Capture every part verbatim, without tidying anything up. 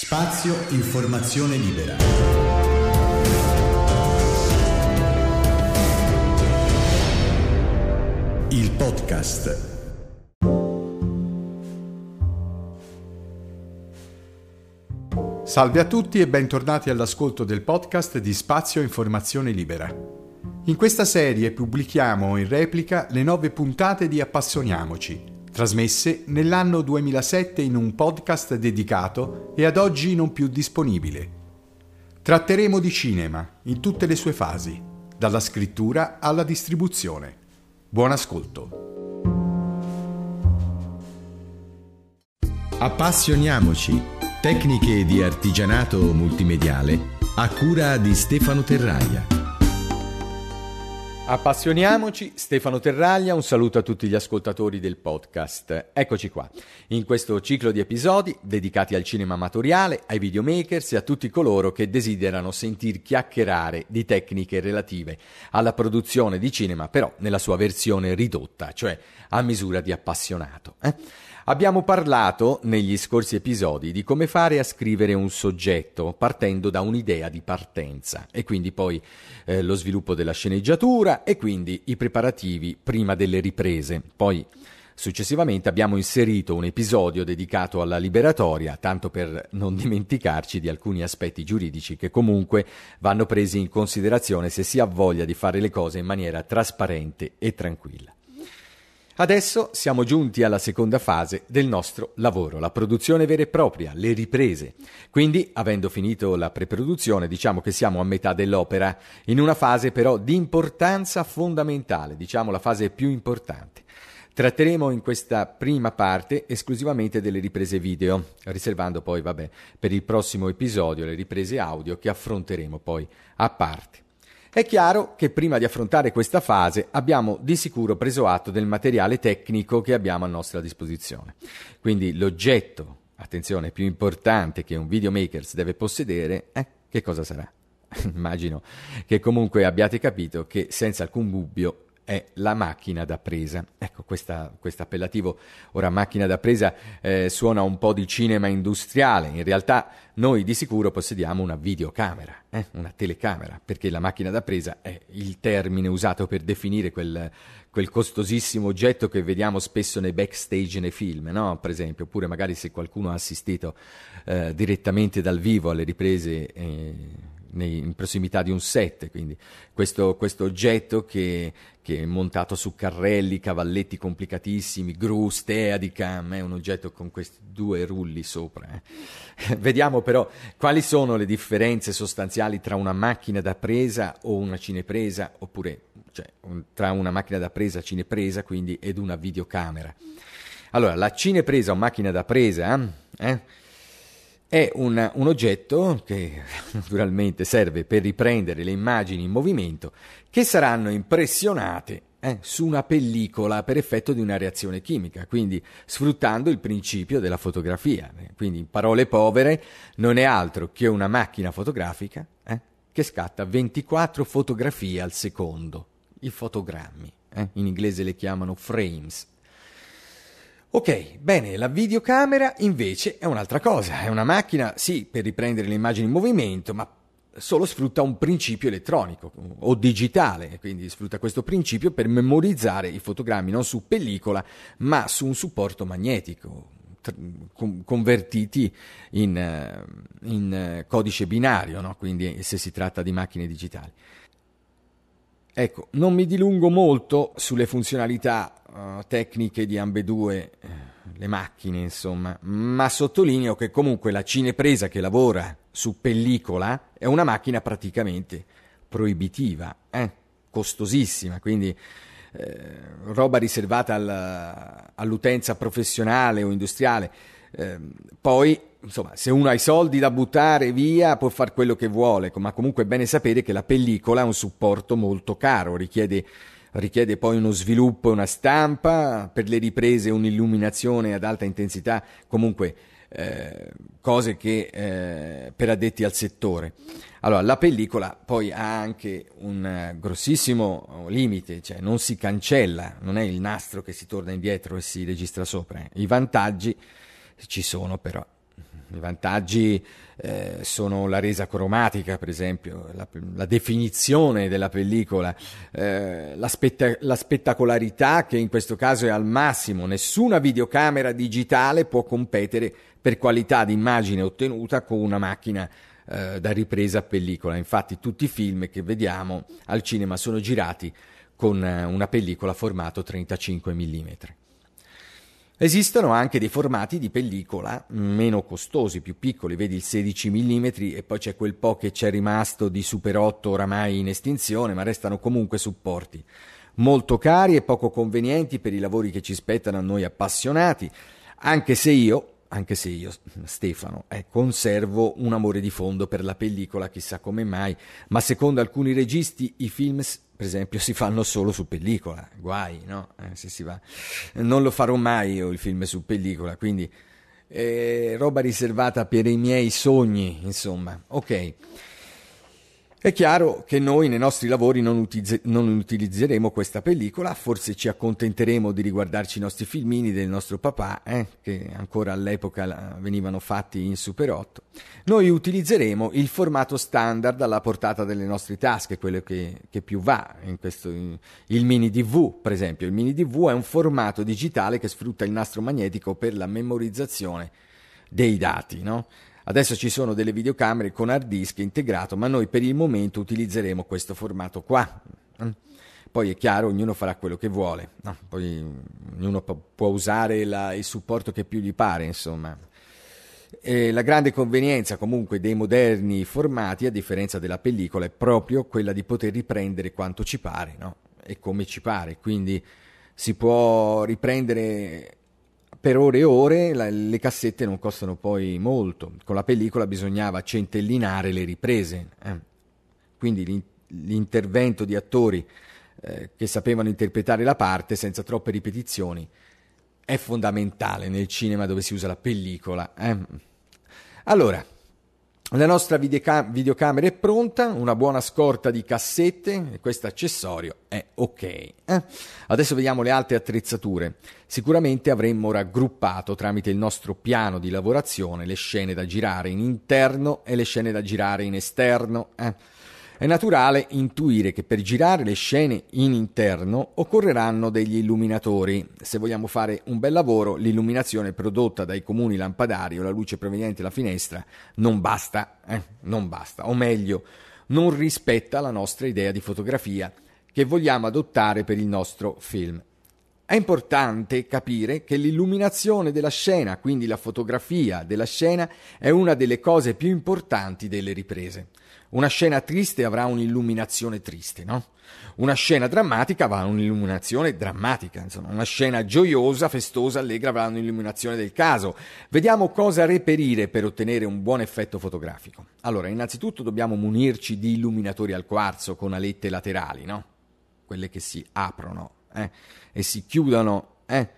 Spazio Informazione Libera. Il podcast. Salve a tutti e bentornati all'ascolto del podcast di Spazio Informazione Libera. In questa serie pubblichiamo in replica le nove puntate di Appassioniamoci, trasmesse nell'anno duemilasette in un podcast dedicato e ad oggi non più disponibile. Tratteremo di cinema in tutte le sue fasi, dalla scrittura alla distribuzione. Buon ascolto. Appassioniamoci, tecniche di artigianato multimediale a cura di Stefano Terraglia. Appassioniamoci, Stefano Terraglia, un saluto a tutti gli ascoltatori del podcast. Eccoci qua, in questo ciclo di episodi dedicati al cinema amatoriale, ai videomakers e a tutti coloro che desiderano sentir chiacchierare di tecniche relative alla produzione di cinema, però nella sua versione ridotta, cioè a misura di appassionato. Eh? Abbiamo parlato negli scorsi episodi di come fare a scrivere un soggetto partendo da un'idea di partenza e quindi poi eh, lo sviluppo della sceneggiatura e quindi i preparativi prima delle riprese. Poi successivamente abbiamo inserito un episodio dedicato alla liberatoria, tanto per non dimenticarci di alcuni aspetti giuridici che comunque vanno presi in considerazione se si ha voglia di fare le cose in maniera trasparente e tranquilla. Adesso siamo giunti alla seconda fase del nostro lavoro, la produzione vera e propria, le riprese. Quindi, avendo finito la preproduzione, diciamo che siamo a metà dell'opera, in una fase però di importanza fondamentale, diciamo la fase più importante. Tratteremo in questa prima parte esclusivamente delle riprese video, riservando poi, vabbè, per il prossimo episodio le riprese audio che affronteremo poi a parte. È chiaro che prima di affrontare questa fase abbiamo di sicuro preso atto del materiale tecnico che abbiamo a nostra disposizione. Quindi l'oggetto, attenzione, più importante che un videomaker deve possedere, eh, che cosa sarà? Immagino che comunque abbiate capito che senza alcun dubbio è la macchina da presa. Ecco, questo appellativo, ora macchina da presa, eh, suona un po' di cinema industriale. In realtà noi di sicuro possediamo una videocamera, eh, una telecamera, perché la macchina da presa è il termine usato per definire quel, quel costosissimo oggetto che vediamo spesso nei backstage nei film, no? Per esempio, oppure magari se qualcuno ha assistito eh, direttamente dal vivo alle riprese eh, nei, in prossimità di un set, quindi questo, questo oggetto che, che è montato su carrelli, cavalletti complicatissimi, gru, steadicam, è un oggetto con questi due rulli sopra. Eh. Vediamo però quali sono le differenze sostanziali tra una macchina da presa o una cinepresa, oppure cioè, un, tra una macchina da presa cinepresa quindi ed una videocamera. Allora, la cinepresa o macchina da presa eh, è un, un oggetto che naturalmente serve per riprendere le immagini in movimento che saranno impressionate eh, su una pellicola per effetto di una reazione chimica, quindi sfruttando il principio della fotografia. Quindi, in parole povere, non è altro che una macchina fotografica eh, che scatta ventiquattro fotografie al secondo, i fotogrammi, eh, in inglese le chiamano frames. Ok, bene, la videocamera invece è un'altra cosa, è una macchina, sì, per riprendere le immagini in movimento, ma solo sfrutta un principio elettronico o digitale, quindi sfrutta questo principio per memorizzare i fotogrammi non su pellicola, ma su un supporto magnetico, tr- convertiti in, in codice binario, no? Quindi se si tratta di macchine digitali. Ecco, non mi dilungo molto sulle funzionalità uh, tecniche di ambedue eh, le macchine, insomma, ma sottolineo che comunque la cinepresa che lavora su pellicola è una macchina praticamente proibitiva, eh, costosissima, quindi eh, roba riservata al, all'utenza professionale o industriale. Eh, poi, insomma, se uno ha i soldi da buttare via può fare quello che vuole, ma comunque è bene sapere che la pellicola è un supporto molto caro, richiede, richiede poi uno sviluppo e una stampa, per le riprese un'illuminazione ad alta intensità, comunque eh, cose che eh, per addetti al settore. Allora, la pellicola poi ha anche un grossissimo limite, cioè non si cancella, non è il nastro che si torna indietro e si registra sopra. I vantaggi ci sono però, I vantaggi eh, sono la resa cromatica, per esempio, la, la definizione della pellicola, eh, la, spetta- la spettacolarità, che in questo caso è al massimo. Nessuna videocamera digitale può competere per qualità di immagine ottenuta con una macchina eh, da ripresa a pellicola. Infatti tutti i film che vediamo al cinema sono girati con una pellicola formato trentacinque millimetri. Esistono anche dei formati di pellicola meno costosi, più piccoli, vedi il sedici millimetri, e poi c'è quel po' che c'è rimasto di Super otto oramai in estinzione, ma restano comunque supporti molto cari e poco convenienti per i lavori che ci spettano a noi appassionati, anche se io, anche se io, Stefano, eh, conservo un amore di fondo per la pellicola, chissà come mai, ma secondo alcuni registi i film, per esempio, si fanno solo su pellicola, guai, no? Eh, se si va. Non lo farò mai io il film su pellicola, quindi eh, roba riservata per i miei sogni, insomma, ok. È chiaro che noi nei nostri lavori non, utilizze- non utilizzeremo questa pellicola, forse ci accontenteremo di riguardarci i nostri filmini del nostro papà, eh, che ancora all'epoca la- venivano fatti in Super otto. Noi utilizzeremo il formato standard alla portata delle nostre tasche, quello che, che più va, in questo, in, il mini D V, per esempio. Il mini D V è un formato digitale che sfrutta il nastro magnetico per la memorizzazione dei dati, no? Adesso ci sono delle videocamere con hard disk integrato, ma noi per il momento utilizzeremo questo formato qua. Poi è chiaro, ognuno farà quello che vuole, no? Poi ognuno può usare la, il supporto che più gli pare, insomma. E la grande convenienza comunque dei moderni formati, a differenza della pellicola, è proprio quella di poter riprendere quanto ci pare, no? E come ci pare, quindi si può riprendere per ore e ore, la, le cassette non costano poi molto. Con la pellicola bisognava centellinare le riprese, eh. Quindi l'in, l'intervento di attori eh, che sapevano interpretare la parte senza troppe ripetizioni è fondamentale nel cinema dove si usa la pellicola. Eh. Allora, la nostra videocam- videocamera è pronta, una buona scorta di cassette, e questo accessorio è ok. Eh? Adesso vediamo le altre attrezzature. Sicuramente avremmo raggruppato tramite il nostro piano di lavorazione le scene da girare in interno e le scene da girare in esterno. Eh? È naturale intuire che per girare le scene in interno occorreranno degli illuminatori. Se vogliamo fare un bel lavoro, l'illuminazione prodotta dai comuni lampadari o la luce proveniente dalla finestra non basta, eh? non basta, o meglio, non rispetta la nostra idea di fotografia che vogliamo adottare per il nostro film. È importante capire che l'illuminazione della scena, quindi la fotografia della scena, è una delle cose più importanti delle riprese. Una scena triste avrà un'illuminazione triste, no? Una scena drammatica avrà un'illuminazione drammatica, insomma, una scena gioiosa, festosa, allegra avrà un'illuminazione del caso. Vediamo cosa reperire per ottenere un buon effetto fotografico. Allora, innanzitutto dobbiamo munirci di illuminatori al quarzo con alette laterali, no? Quelle che si aprono eh? e si chiudono, eh?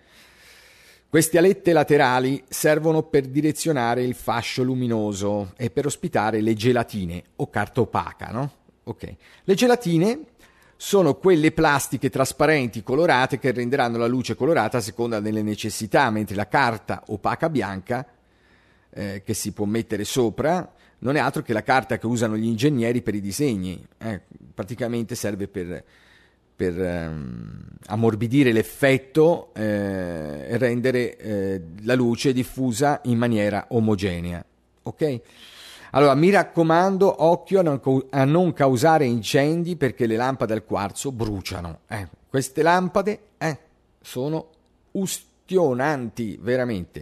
Queste alette laterali servono per direzionare il fascio luminoso e per ospitare le gelatine o carta opaca, no? Ok. Le gelatine sono quelle plastiche trasparenti colorate che renderanno la luce colorata a seconda delle necessità, mentre la carta opaca bianca eh, che si può mettere sopra non è altro che la carta che usano gli ingegneri per i disegni. Eh, praticamente serve per per ehm, ammorbidire l'effetto eh, e rendere eh, la luce diffusa in maniera omogenea. Ok? Allora, mi raccomando, occhio a non, a non causare incendi perché le lampade al quarzo bruciano. Eh, queste lampade eh, sono ustionanti, veramente.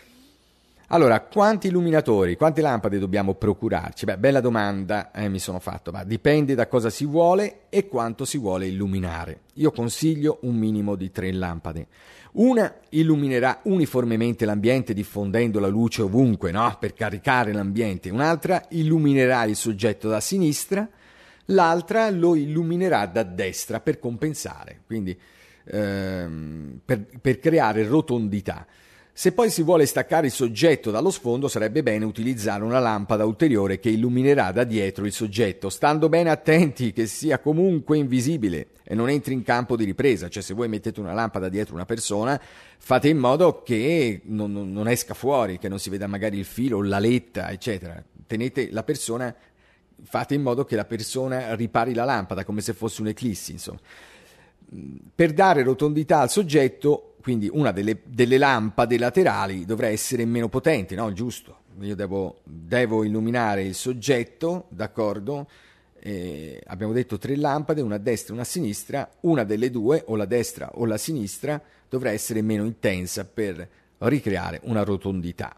Allora, quanti illuminatori, quante lampade dobbiamo procurarci? Beh, bella domanda eh, mi sono fatto, ma dipende da cosa si vuole e quanto si vuole illuminare. Io consiglio un minimo di tre lampade. Una illuminerà uniformemente l'ambiente diffondendo la luce ovunque, no? Per caricare l'ambiente. Un'altra illuminerà il soggetto da sinistra, l'altra lo illuminerà da destra per compensare, quindi ehm, per, per creare rotondità. Se poi si vuole staccare il soggetto dallo sfondo, sarebbe bene utilizzare una lampada ulteriore che illuminerà da dietro il soggetto, stando bene attenti che sia comunque invisibile e non entri in campo di ripresa. Cioè, se voi mettete una lampada dietro una persona, fate in modo che non, non, non esca fuori, che non si veda magari il filo, l'aletta, eccetera. Tenete la persona, fate in modo che la persona ripari la lampada, come se fosse un'eclissi, insomma. Per dare rotondità al soggetto, quindi una delle, delle lampade laterali dovrà essere meno potente, no? Giusto? Io devo, devo illuminare il soggetto, d'accordo? Eh, abbiamo detto tre lampade, una a destra e una a sinistra. Una delle due, o la destra o la sinistra, dovrà essere meno intensa per ricreare una rotondità.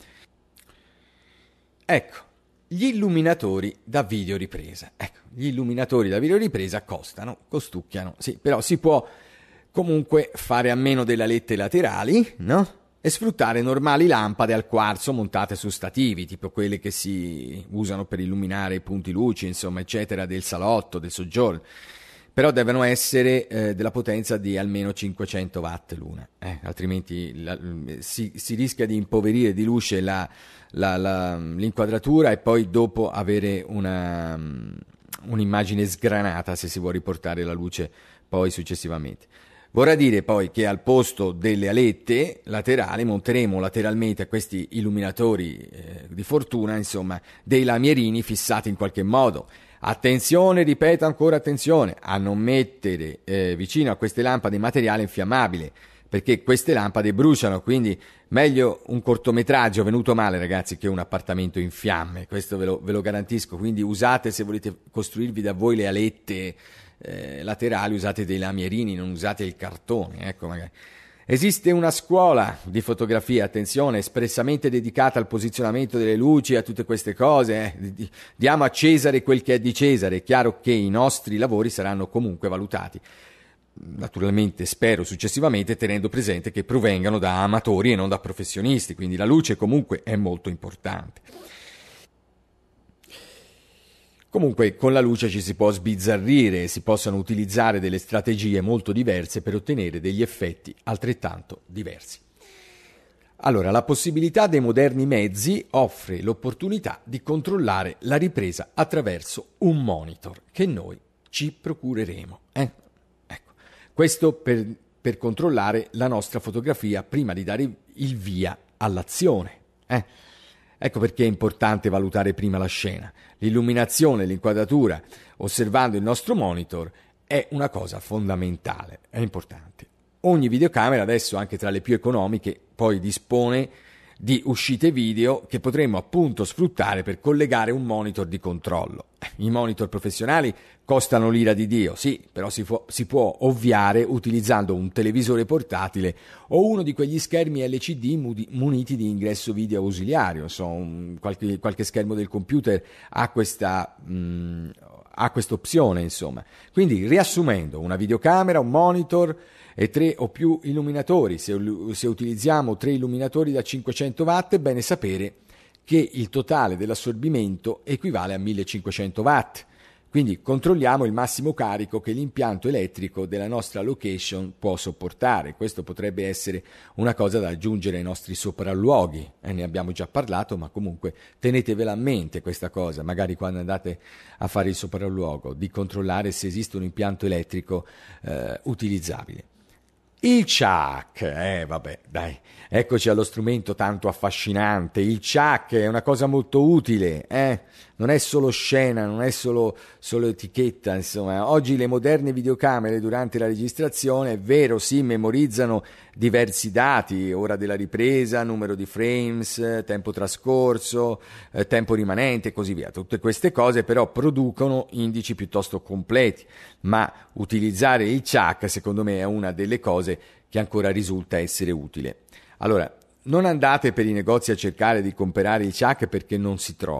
Ecco, gli illuminatori da videoripresa. Ecco, gli illuminatori da videoripresa costano, costucchiano, sì, però si può comunque fare a meno delle alette laterali, no? E sfruttare normali lampade al quarzo montate su stativi, tipo quelle che si usano per illuminare i punti luci, insomma, eccetera, del salotto, del soggiorno. Però devono essere eh, della potenza di almeno cinquecento watt l'una, eh, altrimenti la, si, si rischia di impoverire di luce la, la, la, l'inquadratura e poi dopo avere una, un'immagine sgranata se si vuole riportare la luce poi successivamente. Vorrà dire poi che al posto delle alette laterali monteremo lateralmente a questi illuminatori eh, di fortuna, insomma, dei lamierini fissati in qualche modo. Attenzione, ripeto ancora attenzione, a non mettere eh, vicino a queste lampade materiale infiammabile, perché queste lampade bruciano, quindi meglio un cortometraggio venuto male, ragazzi, che un appartamento in fiamme, questo ve lo, ve lo garantisco. Quindi usate, se volete costruirvi da voi le alette eh, laterali, usate dei lamierini, non usate il cartone, ecco magari. Esiste una scuola di fotografia, attenzione, espressamente dedicata al posizionamento delle luci e a tutte queste cose. Eh. Diamo a Cesare quel che è di Cesare. È chiaro che i nostri lavori saranno comunque valutati, naturalmente spero successivamente, tenendo presente che provengano da amatori e non da professionisti, quindi la luce comunque è molto importante. Comunque con la luce ci si può sbizzarrire e si possono utilizzare delle strategie molto diverse per ottenere degli effetti altrettanto diversi. Allora, la possibilità dei moderni mezzi offre l'opportunità di controllare la ripresa attraverso un monitor che noi ci procureremo. Eh? Ecco. Questo per, per controllare la nostra fotografia prima di dare il via all'azione. Eh? Ecco perché è importante valutare prima la scena. L'illuminazione, l'inquadratura, osservando il nostro monitor, è una cosa fondamentale, è importante. Ogni videocamera adesso, anche tra le più economiche, poi dispone di uscite video che potremmo appunto sfruttare per collegare un monitor di controllo. I monitor professionali costano l'ira di Dio, sì, però si può, si può ovviare utilizzando un televisore portatile o uno di quegli schermi L C D muniti di ingresso video ausiliario. Insomma, un, qualche, qualche schermo del computer ha questa mh, ha questa opzione, insomma. Quindi, riassumendo, una videocamera, un monitor e tre o più illuminatori. Se, se utilizziamo tre illuminatori da cinquecento watt, è bene sapere che il totale dell'assorbimento equivale a millecinquecento watt. Quindi controlliamo il massimo carico che l'impianto elettrico della nostra location può sopportare. Questo potrebbe essere una cosa da aggiungere ai nostri sopralluoghi. Eh, ne abbiamo già parlato, ma comunque tenetevela a mente questa cosa, magari quando andate a fare il sopralluogo, di controllare se esiste un impianto elettrico eh, utilizzabile. Il Chuck, eh vabbè, dai, eccoci allo strumento tanto affascinante. Il Chuck è una cosa molto utile, eh? Non è solo scena, non è solo, solo etichetta, insomma. Oggi le moderne videocamere durante la registrazione, è vero, sì, memorizzano diversi dati, ora della ripresa, numero di frames, tempo trascorso, eh, tempo rimanente e così via. Tutte queste cose però producono indici piuttosto completi, ma utilizzare il Chuck secondo me è una delle cose che ancora risulta essere utile. Allora, non andate per i negozi a cercare di comprare il Chuck perché non si trova.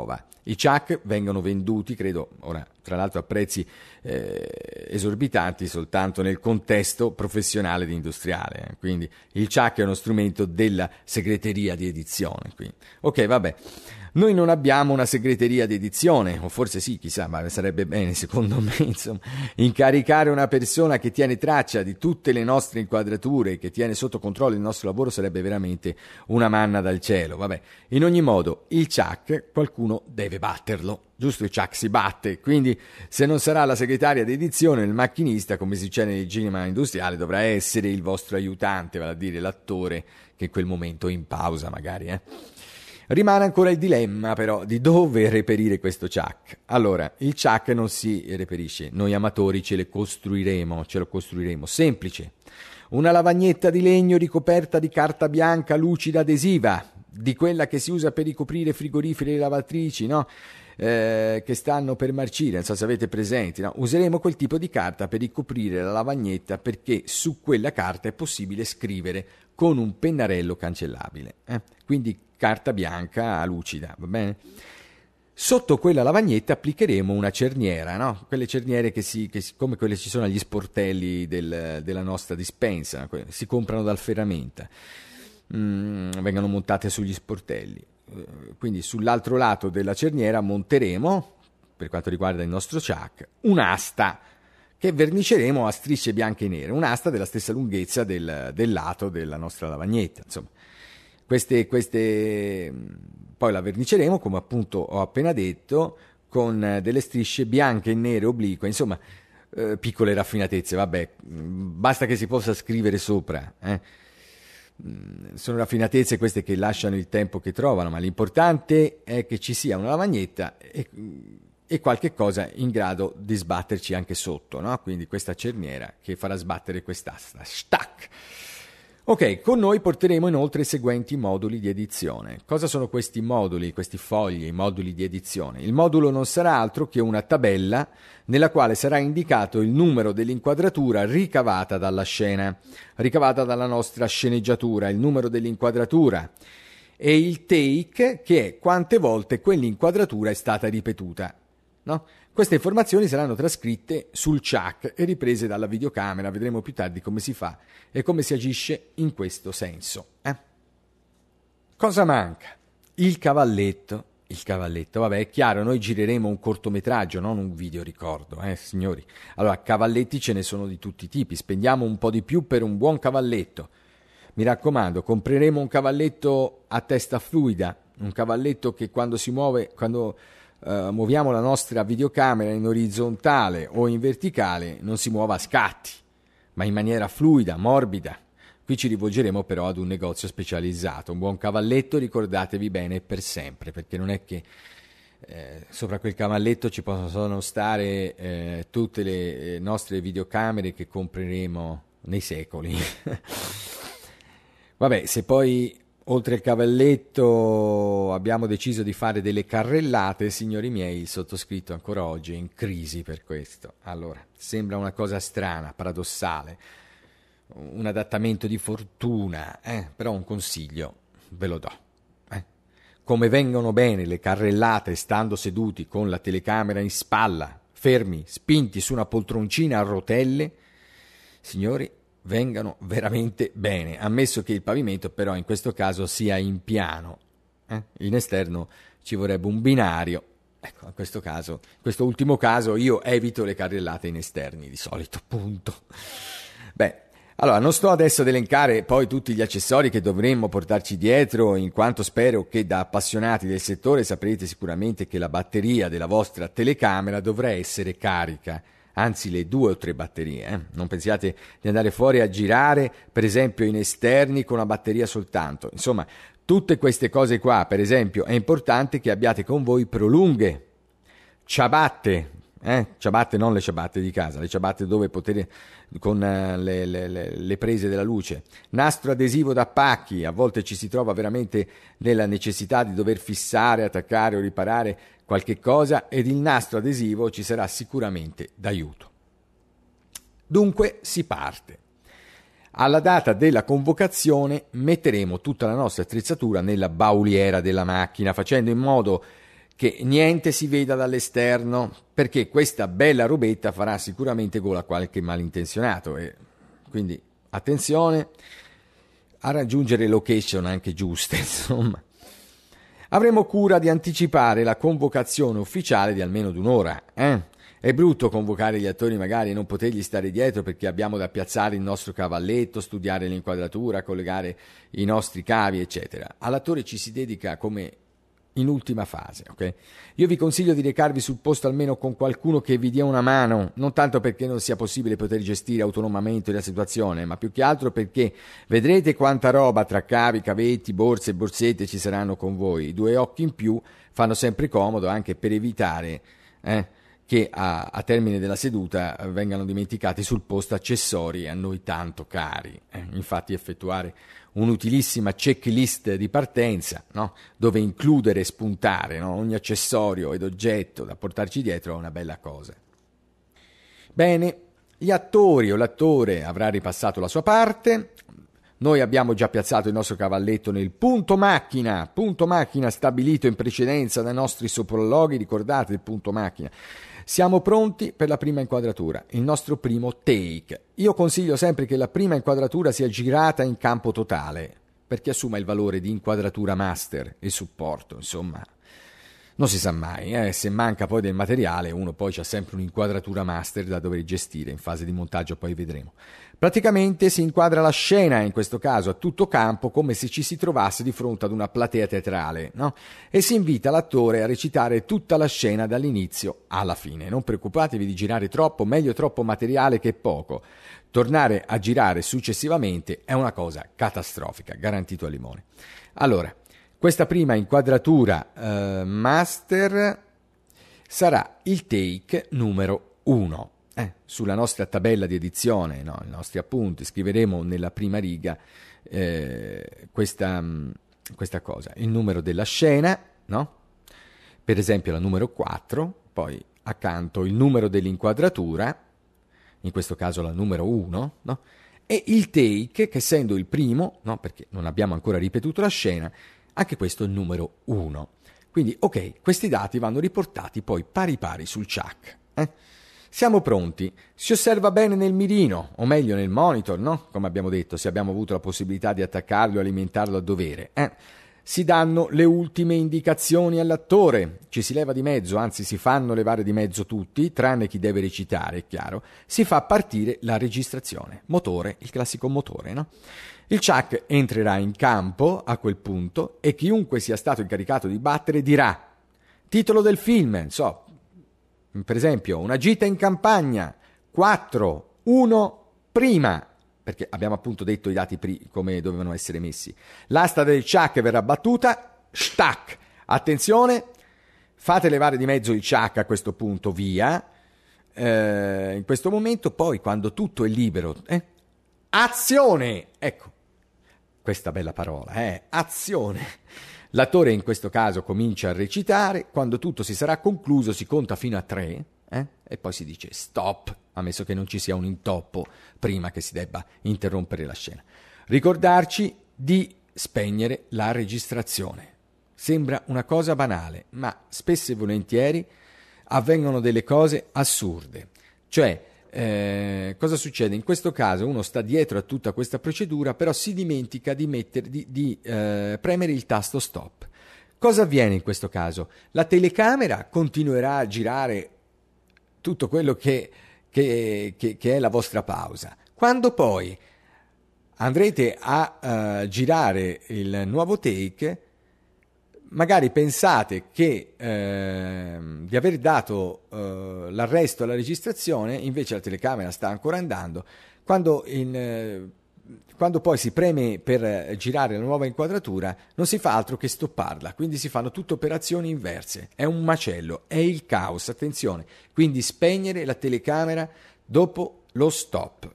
I chuck vengono venduti, credo, ora tra l'altro a prezzi eh, esorbitanti soltanto nel contesto professionale ed industriale, eh. Quindi il chuck è uno strumento della segreteria di edizione. Quindi. Ok, vabbè. Noi non abbiamo una segreteria di edizione, o forse sì, chissà, ma sarebbe bene, secondo me, insomma, incaricare una persona che tiene traccia di tutte le nostre inquadrature, che tiene sotto controllo il nostro lavoro, sarebbe veramente una manna dal cielo. Vabbè, in ogni modo, il chuck qualcuno deve batterlo, giusto? Il chuck si batte, quindi se non sarà la segretaria di edizione, il macchinista, come si dice nel cinema industriale, dovrà essere il vostro aiutante, vale a dire l'attore che in quel momento è in pausa magari, eh. Rimane ancora il dilemma però di dove reperire questo chuck. Allora, il chuck non si reperisce, noi amatori ce le costruiremo, ce lo costruiremo. Semplice, una lavagnetta di legno ricoperta di carta bianca lucida adesiva, di quella che si usa per ricoprire frigoriferi e lavatrici, no? Eh, che stanno per marcire, non so se avete presenti, no? Useremo quel tipo di carta per ricoprire la lavagnetta perché su quella carta è possibile scrivere con un pennarello cancellabile, eh? Quindi carta bianca lucida, va bene? Sotto quella lavagnetta applicheremo una cerniera, no? Quelle cerniere che si, che si, come quelle ci sono agli sportelli del, della nostra dispensa, si comprano dal ferramenta, mm, vengono montate sugli sportelli. Quindi sull'altro lato della cerniera monteremo, per quanto riguarda il nostro chuck, un'asta che verniceremo a strisce bianche e nere, un'asta della stessa lunghezza del, del lato della nostra lavagnetta, insomma. Queste, queste poi la verniceremo, come appunto ho appena detto, con delle strisce bianche e nere oblique, insomma, eh, piccole raffinatezze, vabbè, basta che si possa scrivere sopra, eh. Sono raffinatezze queste che lasciano il tempo che trovano, ma l'importante è che ci sia una lavagnetta e, e qualche cosa in grado di sbatterci anche sotto, no? Quindi questa cerniera che farà sbattere quest'asta. Stack! Ok, con noi porteremo inoltre i seguenti moduli di edizione. Cosa sono questi moduli, questi fogli, i moduli di edizione? Il modulo non sarà altro che una tabella nella quale sarà indicato il numero dell'inquadratura ricavata dalla scena, ricavata dalla nostra sceneggiatura, il numero dell'inquadratura e il take, che è quante volte quell'inquadratura è stata ripetuta, no? Queste informazioni saranno trascritte sul chuck e riprese dalla videocamera. Vedremo più tardi come si fa e come si agisce in questo senso. Eh? Cosa manca? Il cavalletto. Il cavalletto, vabbè, è chiaro, noi gireremo un cortometraggio, non un video ricordo, eh, signori. Allora, cavalletti ce ne sono di tutti i tipi, spendiamo un po' di più per un buon cavalletto. Mi raccomando, compreremo un cavalletto a testa fluida, un cavalletto che quando si muove, quando Uh, muoviamo la nostra videocamera in orizzontale o in verticale non si muova a scatti, ma in maniera fluida, morbida. Qui ci rivolgeremo però ad un negozio specializzato. Un buon cavalletto, ricordatevi bene, per sempre, perché non è che eh, sopra quel cavalletto ci possono stare eh, tutte le nostre videocamere che compreremo nei secoli. Vabbè, se poi oltre al cavalletto abbiamo deciso di fare delle carrellate, signori miei, il sottoscritto ancora oggi è in crisi per questo. Allora, sembra una cosa strana, paradossale, un adattamento di fortuna, eh? Però un consiglio ve lo do. Eh? Come vengono bene le carrellate stando seduti con la telecamera in spalla, fermi, spinti su una poltroncina a rotelle, signori, vengano veramente bene, ammesso che il pavimento però in questo caso sia in piano, eh? In esterno ci vorrebbe un binario. Ecco, in questo caso, in questo ultimo caso io evito le carrellate in esterni di solito, punto. Beh, allora non sto adesso ad elencare poi tutti gli accessori che dovremmo portarci dietro, in quanto spero che da appassionati del settore saprete sicuramente che la batteria della vostra telecamera dovrà essere carica, anzi le due o tre batterie, eh? Non pensiate di andare fuori a girare, per esempio in esterni con una batteria soltanto. Insomma, tutte queste cose qua, per esempio, è importante che abbiate con voi prolunghe, ciabatte, eh? ciabatte non le ciabatte di casa, le ciabatte dove potete con uh, le, le, le prese della luce, nastro adesivo da pacchi, a volte ci si trova veramente nella necessità di dover fissare, attaccare o riparare qualche cosa ed il nastro adesivo ci sarà sicuramente d'aiuto. Dunque si parte. Alla data della convocazione metteremo tutta la nostra attrezzatura nella bauliera della macchina, facendo in modo che niente si veda dall'esterno, perché questa bella robetta farà sicuramente gola a qualche malintenzionato, e quindi attenzione a raggiungere location anche giuste, insomma. Avremo cura di anticipare la convocazione ufficiale di almeno d'un'ora, eh? È brutto convocare gli attori magari e non potergli stare dietro perché abbiamo da piazzare il nostro cavalletto, studiare l'inquadratura, collegare i nostri cavi, eccetera. All'attore ci si dedica come in ultima fase, ok? Io vi consiglio di recarvi sul posto almeno con qualcuno che vi dia una mano, non tanto perché non sia possibile poter gestire autonomamente la situazione, ma più che altro perché vedrete quanta roba tra cavi, cavetti, borse e borsette ci saranno con voi. Due occhi in più fanno sempre comodo anche per evitare eh, che a, a termine della seduta vengano dimenticati sul posto accessori a noi tanto cari. Eh, infatti effettuare un'utilissima checklist di partenza, no? Dove includere e spuntare, no? Ogni accessorio ed oggetto da portarci dietro è una bella cosa. Bene, gli attori o l'attore avrà ripassato la sua parte. Noi abbiamo già piazzato il nostro cavalletto nel punto macchina, punto macchina stabilito in precedenza dai nostri sopralluoghi, ricordate il punto macchina. Siamo pronti per la prima inquadratura, il nostro primo take. Io consiglio sempre che la prima inquadratura sia girata in campo totale, perché assuma il valore di inquadratura master e supporto, insomma. Non si sa mai, eh? Se manca poi del materiale, uno poi c'ha sempre un'inquadratura master da dover gestire, in fase di montaggio poi vedremo. Praticamente si inquadra la scena, in questo caso a tutto campo, come se ci si trovasse di fronte ad una platea teatrale, no? E si invita l'attore a recitare tutta la scena dall'inizio alla fine. Non preoccupatevi di girare troppo, meglio troppo materiale che poco. Tornare a girare successivamente è una cosa catastrofica, garantito a limone. Allora, questa prima inquadratura eh, master sarà il take numero uno. Eh, sulla nostra tabella di edizione, no, i nostri appunti, scriveremo nella prima riga eh, questa, questa cosa, il numero della scena, no? Per esempio la numero quattro, poi accanto il numero dell'inquadratura, in questo caso la numero uno, no? E il take, che essendo il primo, no, perché non abbiamo ancora ripetuto la scena, anche questo è il numero uno. Quindi, ok, questi dati vanno riportati poi pari pari sul chuck. Eh? Siamo pronti. Si osserva bene nel mirino, o meglio nel monitor, no? Come abbiamo detto, se abbiamo avuto la possibilità di attaccarlo e alimentarlo a dovere. Eh? Si danno le ultime indicazioni all'attore, ci si leva di mezzo, anzi si fanno levare di mezzo tutti, tranne chi deve recitare, è chiaro. Si fa partire la registrazione. Motore, il classico motore, no? Il chuck entrerà in campo a quel punto e chiunque sia stato incaricato di battere dirà: titolo del film, so, per esempio, una gita in campagna, quattro, uno, prima, perché abbiamo appunto detto i dati pri- come dovevano essere messi. L'asta del chuck verrà battuta, stack, attenzione, fate levare di mezzo il chuck a questo punto, via, eh, in questo momento, poi quando tutto è libero, eh, azione, ecco, questa bella parola, eh, azione. L'attore in questo caso comincia a recitare, quando tutto si sarà concluso si conta fino a tre eh, e poi si dice stop, ammesso che non ci sia un intoppo prima che si debba interrompere la scena. Ricordarci di spegnere la registrazione. Sembra una cosa banale, ma spesso e volentieri avvengono delle cose assurde. Cioè, Eh, cosa succede? In questo caso uno sta dietro a tutta questa procedura, però si dimentica di, mettere, di, di eh, premere il tasto stop. Cosa avviene in questo caso? La telecamera continuerà a girare tutto quello che, che, che, che è la vostra pausa. Quando poi andrete a uh, girare il nuovo take, magari pensate che eh, di aver dato eh, l'arresto alla registrazione, invece la telecamera sta ancora andando. Quando, in, eh, quando poi si preme per girare la nuova inquadratura, non si fa altro che stopparla, quindi si fanno tutte operazioni inverse. È un macello, è il caos, attenzione. Quindi spegnere la telecamera dopo lo stop.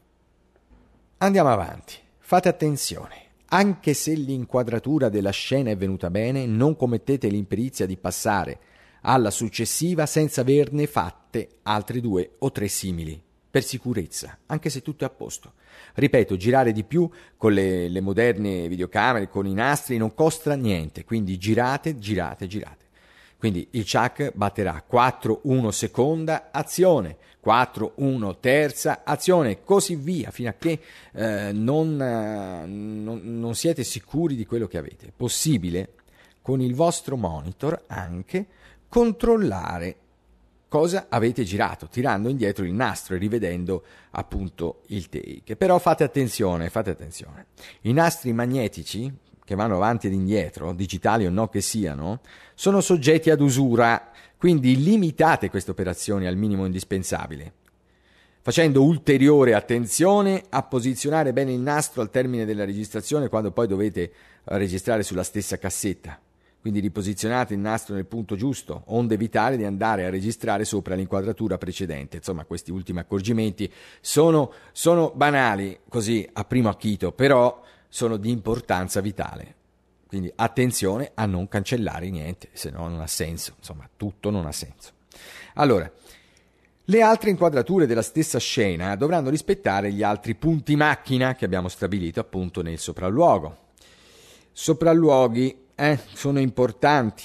Andiamo avanti, fate attenzione. Anche se l'inquadratura della scena è venuta bene, non commettete l'imperizia di passare alla successiva senza averne fatte altre due o tre simili, per sicurezza, anche se tutto è a posto. Ripeto, girare di più con le, le moderne videocamere, con i nastri, non costa niente, quindi girate, girate, girate. Quindi il chuck batterà quattro uno seconda azione, quattro uno terza azione, così via, fino a che eh, non, eh, non, non siete sicuri di quello che avete. È possibile con il vostro monitor anche controllare cosa avete girato, tirando indietro il nastro e rivedendo appunto il take. Però fate attenzione, fate attenzione. I nastri magnetici che vanno avanti ed indietro, digitali o no che siano, sono soggetti ad usura, quindi limitate queste operazioni al minimo indispensabile, facendo ulteriore attenzione a posizionare bene il nastro al termine della registrazione quando poi dovete registrare sulla stessa cassetta. Quindi riposizionate il nastro nel punto giusto, onde evitare di andare a registrare sopra l'inquadratura precedente. Insomma, questi ultimi accorgimenti sono, sono banali, così a primo acchito, però sono di importanza vitale. Quindi attenzione a non cancellare niente, se no non ha senso. Insomma, tutto non ha senso. Allora, le altre inquadrature della stessa scena dovranno rispettare gli altri punti macchina che abbiamo stabilito appunto nel sopralluogo. Sopralluoghi eh, sono importanti.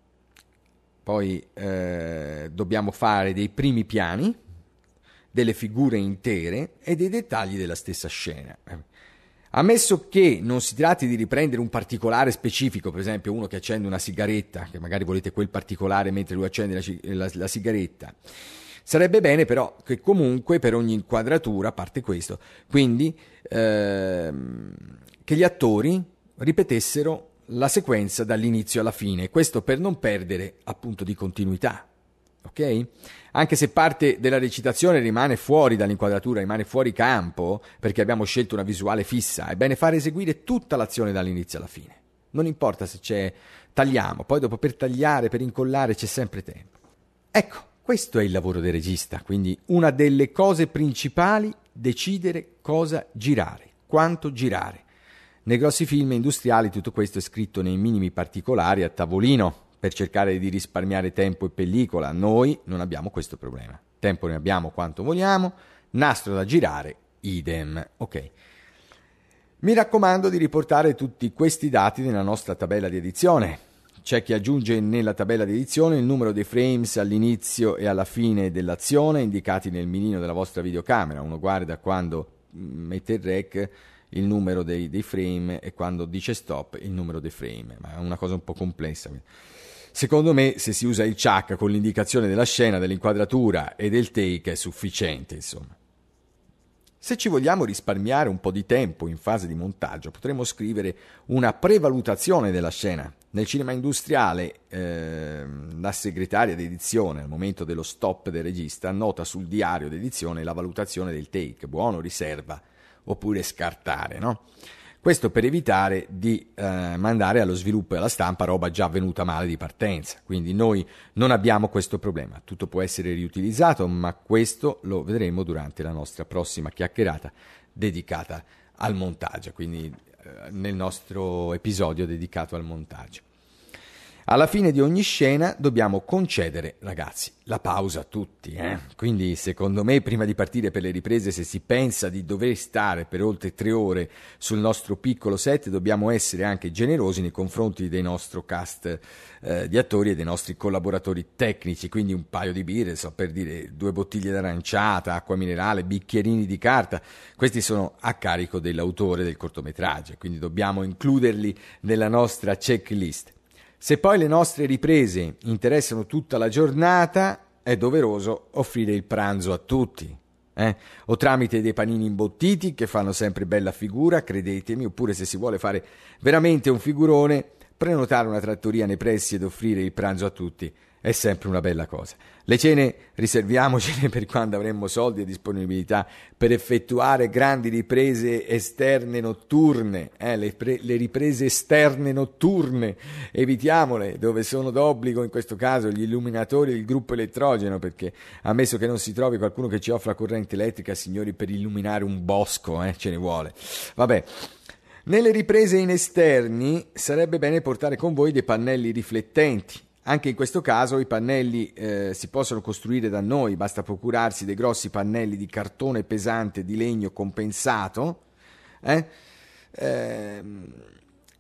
Poi eh, dobbiamo fare dei primi piani, delle figure intere e dei dettagli della stessa scena. Ammesso che non si tratti di riprendere un particolare specifico, per esempio uno che accende una sigaretta, che magari volete quel particolare mentre lui accende la, la, la sigaretta, sarebbe bene però che comunque per ogni inquadratura, a parte questo, quindi ehm, che gli attori ripetessero la sequenza dall'inizio alla fine, questo per non perdere appunto di continuità. Ok? Anche se parte della recitazione rimane fuori dall'inquadratura, rimane fuori campo, perché abbiamo scelto una visuale fissa, è bene fare eseguire tutta l'azione dall'inizio alla fine. Non importa se c'è, tagliamo, poi dopo per tagliare, per incollare c'è sempre tempo. Ecco, questo è il lavoro del regista, quindi una delle cose principali, decidere cosa girare, quanto girare. Nei grossi film industriali tutto questo è scritto nei minimi particolari a tavolino, per cercare di risparmiare tempo e pellicola. Noi non abbiamo questo problema. Tempo ne abbiamo quanto vogliamo, nastro da girare, idem. Ok. Mi raccomando di riportare tutti questi dati nella nostra tabella di edizione. C'è chi aggiunge nella tabella di edizione il numero dei frames all'inizio e alla fine dell'azione indicati nel menino della vostra videocamera. Uno guarda quando mette il rec il numero dei, dei frame e quando dice stop il numero dei frame, ma è una cosa un po' complessa. Secondo me, se si usa il chuck con l'indicazione della scena, dell'inquadratura e del take è sufficiente, insomma. Se ci vogliamo risparmiare un po' di tempo in fase di montaggio, potremmo scrivere una prevalutazione della scena. Nel cinema industriale, eh, la segretaria di edizione, al momento dello stop del regista, annota sul diario di edizione la valutazione del take, buono, riserva, oppure scartare, no? Questo per evitare di eh, mandare allo sviluppo e alla stampa roba già venuta male di partenza. Quindi noi non abbiamo questo problema. Tutto può essere riutilizzato, ma questo lo vedremo durante la nostra prossima chiacchierata dedicata al montaggio, quindi eh, nel nostro episodio dedicato al montaggio. Alla fine di ogni scena dobbiamo concedere, ragazzi, la pausa a tutti. Eh? Quindi, secondo me, prima di partire per le riprese, se si pensa di dover stare per oltre tre ore sul nostro piccolo set, dobbiamo essere anche generosi nei confronti del nostro cast eh, di attori e dei nostri collaboratori tecnici. Quindi un paio di birre, so per dire, due bottiglie d'aranciata, acqua minerale, bicchierini di carta. Questi sono a carico dell'autore del cortometraggio, quindi dobbiamo includerli nella nostra checklist. Se poi le nostre riprese interessano tutta la giornata, è doveroso offrire il pranzo a tutti, eh? O tramite dei panini imbottiti che fanno sempre bella figura, credetemi, oppure se si vuole fare veramente un figurone, prenotare una trattoria nei pressi ed offrire il pranzo a tutti è sempre una bella cosa. Le cene riserviamocene per quando avremo soldi e disponibilità per effettuare grandi riprese esterne notturne, eh, le, pre- le riprese esterne notturne, evitiamole, dove sono d'obbligo in questo caso gli illuminatori e il gruppo elettrogeno, perché ammesso che non si trovi qualcuno che ci offra corrente elettrica, signori, per illuminare un bosco, eh, ce ne vuole. Vabbè. Nelle riprese in esterni sarebbe bene portare con voi dei pannelli riflettenti. Anche in questo caso i pannelli eh, si possono costruire da noi, basta procurarsi dei grossi pannelli di cartone pesante di legno compensato, eh? Eh,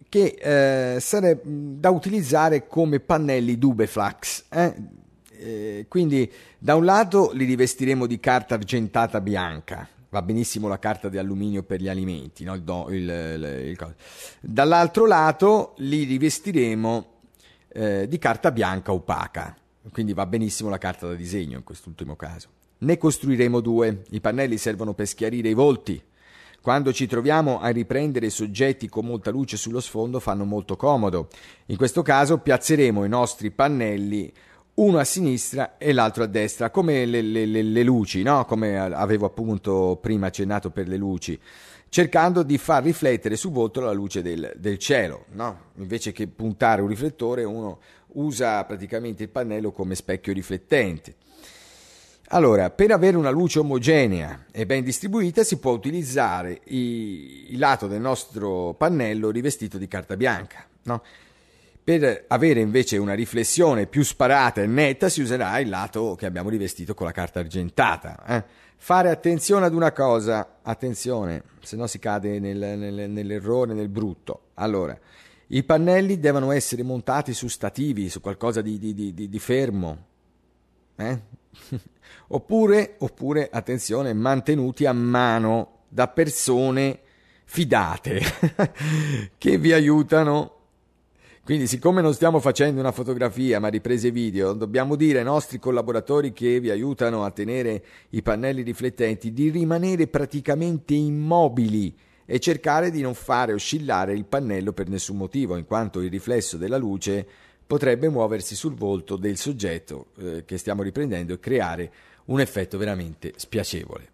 che eh, sarebbe da utilizzare come pannelli Dubeflax. Eh? Eh, quindi da un lato li rivestiremo di carta argentata bianca, va benissimo la carta di alluminio per gli alimenti, no? il, il, il, il, dall'altro lato li rivestiremo eh, di carta bianca opaca, quindi va benissimo la carta da disegno in quest'ultimo caso. Ne costruiremo due. I pannelli servono per schiarire i volti. Quando ci troviamo a riprendere soggetti con molta luce sullo sfondo fanno molto comodo. In questo caso piazzeremo i nostri pannelli uno a sinistra e l'altro a destra, come le, le, le luci, no? Come avevo appunto prima accennato per le luci, cercando di far riflettere sul volto la luce del, del cielo, no? Invece che puntare un riflettore, uno usa praticamente il pannello come specchio riflettente. Allora, per avere una luce omogenea e ben distribuita si può utilizzare i, il lato del nostro pannello rivestito di carta bianca, no? Per avere invece una riflessione più sparata e netta si userà il lato che abbiamo rivestito con la carta argentata. Eh? Fare attenzione ad una cosa, attenzione, se no si cade nel, nel, nell'errore, nel brutto. Allora, i pannelli devono essere montati su stativi, su qualcosa di, di, di, di fermo. Eh? oppure, oppure, attenzione, mantenuti a mano da persone fidate che vi aiutano. Quindi, siccome non stiamo facendo una fotografia ma riprese video, dobbiamo dire ai nostri collaboratori che vi aiutano a tenere i pannelli riflettenti di rimanere praticamente immobili e cercare di non fare oscillare il pannello per nessun motivo, in quanto il riflesso della luce potrebbe muoversi sul volto del soggetto eh, che stiamo riprendendo e creare un effetto veramente spiacevole.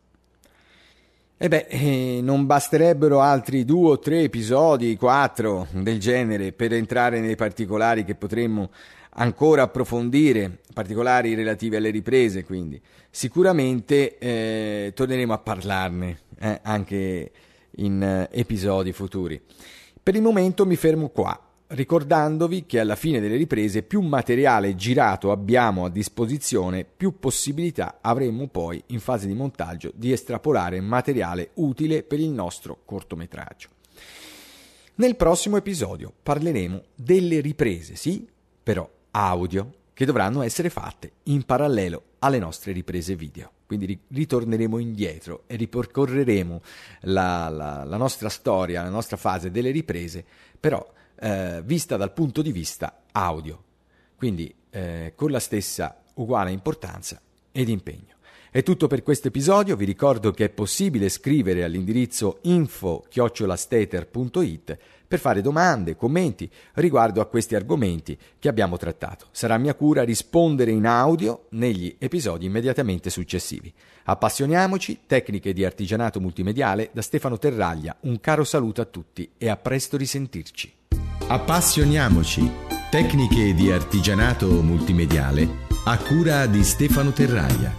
E beh, eh, non basterebbero altri due o tre episodi, quattro del genere, per entrare nei particolari che potremmo ancora approfondire, particolari relativi alle riprese, quindi sicuramente eh, torneremo a parlarne eh, anche in eh, episodi futuri. Per il momento mi fermo qua, ricordandovi che alla fine delle riprese più materiale girato abbiamo a disposizione, più possibilità avremo poi in fase di montaggio di estrapolare materiale utile per il nostro cortometraggio. Nel prossimo episodio parleremo delle riprese, sì, però audio, che dovranno essere fatte in parallelo alle nostre riprese video. Quindi ritorneremo indietro e ripercorreremo la, la, la nostra storia, la nostra fase delle riprese, però Eh, vista dal punto di vista audio, quindi eh, con la stessa uguale importanza ed impegno. È tutto per questo episodio. Vi ricordo che è possibile scrivere all'indirizzo info chiocciola stater punto it per fare domande, commenti riguardo a questi argomenti che abbiamo trattato. Sarà mia cura rispondere in audio negli episodi immediatamente successivi. Appassioniamoci, tecniche di artigianato multimediale da Stefano Terraglia. Un caro saluto a tutti e a presto risentirci. Appassioniamoci, tecniche di artigianato multimediale a cura di Stefano Terraglia.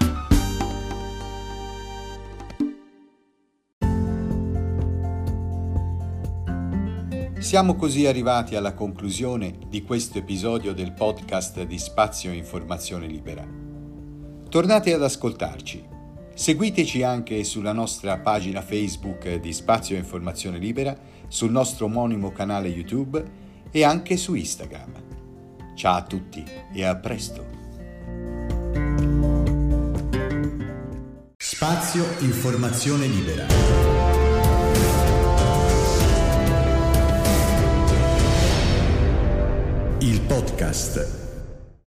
Siamo così arrivati alla conclusione di questo episodio del podcast di Spazio Informazione Libera. Tornate ad ascoltarci. Seguiteci anche sulla nostra pagina Facebook di Spazio Informazione Libera, sul nostro omonimo canale YouTube e anche su Instagram. Ciao a tutti e a presto. Spazio Informazione Libera. Il podcast.